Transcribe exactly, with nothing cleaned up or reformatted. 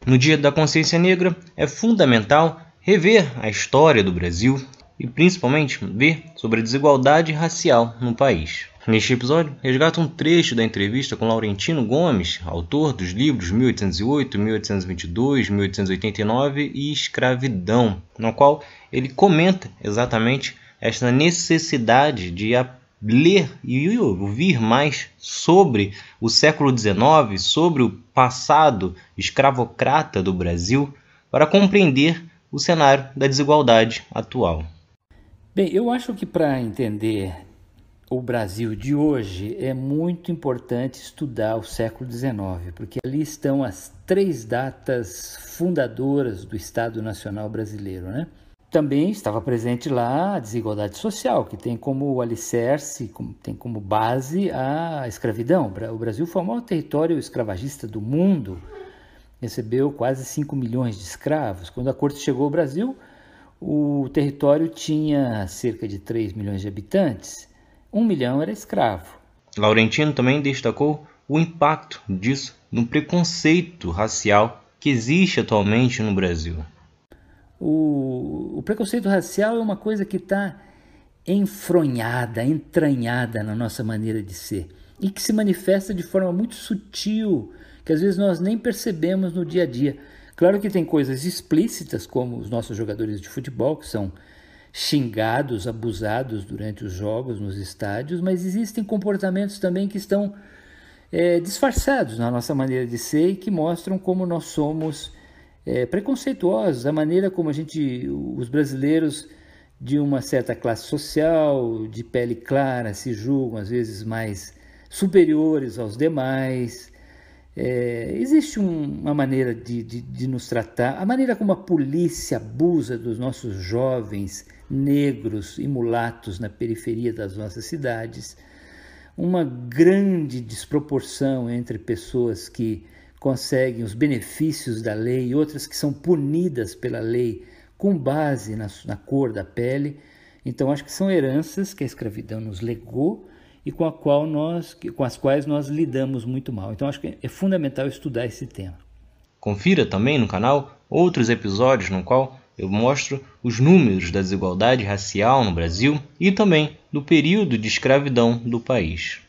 No Dia da Consciência Negra, é fundamental rever a história do Brasil e principalmente ver sobre a desigualdade racial no país. Neste episódio, resgato um trecho da entrevista com Laurentino Gomes, autor dos livros mil oitocentos e oito, mil oitocentos e vinte e dois, mil oitocentos e oitenta e nove e Escravidão, no qual ele comenta exatamente esta necessidade de ler e ouvir mais sobre o século dezenove, sobre o passado escravocrata do Brasil, para compreender o cenário da desigualdade atual. Bem, eu acho que para entender o Brasil de hoje é muito importante estudar o século dezenove, porque ali estão as três datas fundadoras do Estado Nacional Brasileiro, né? Também estava presente lá a desigualdade social, que tem como alicerce, tem como base a escravidão. O Brasil foi o maior território escravagista do mundo, recebeu quase cinco milhões de escravos. Quando a corte chegou ao Brasil, o território tinha cerca de três milhões de habitantes, um milhão era escravo. Laurentino também destacou o impacto disso no preconceito racial que existe atualmente no Brasil. O, o preconceito racial é uma coisa que está enfronhada, entranhada na nossa maneira de ser e que se manifesta de forma muito sutil, que às vezes nós nem percebemos no dia a dia. Claro que tem coisas explícitas, como os nossos jogadores de futebol, que são xingados, abusados durante os jogos nos estádios, mas existem comportamentos também que estão é, disfarçados na nossa maneira de ser e que mostram como nós somos É, preconceituosos, a maneira como a gente, os brasileiros de uma certa classe social, de pele clara, se julgam às vezes mais superiores aos demais. É, existe um, uma maneira de, de, de nos tratar, a maneira como a polícia abusa dos nossos jovens negros e mulatos na periferia das nossas cidades, uma grande desproporção entre pessoas que conseguem os benefícios da lei e outras que são punidas pela lei com base na, na cor da pele. Então acho que são heranças que a escravidão nos legou e com, a qual nós, com as quais nós lidamos muito mal. Então acho que é fundamental estudar esse tema. Confira também no canal outros episódios no qual eu mostro os números da desigualdade racial no Brasil e também do período de escravidão do país.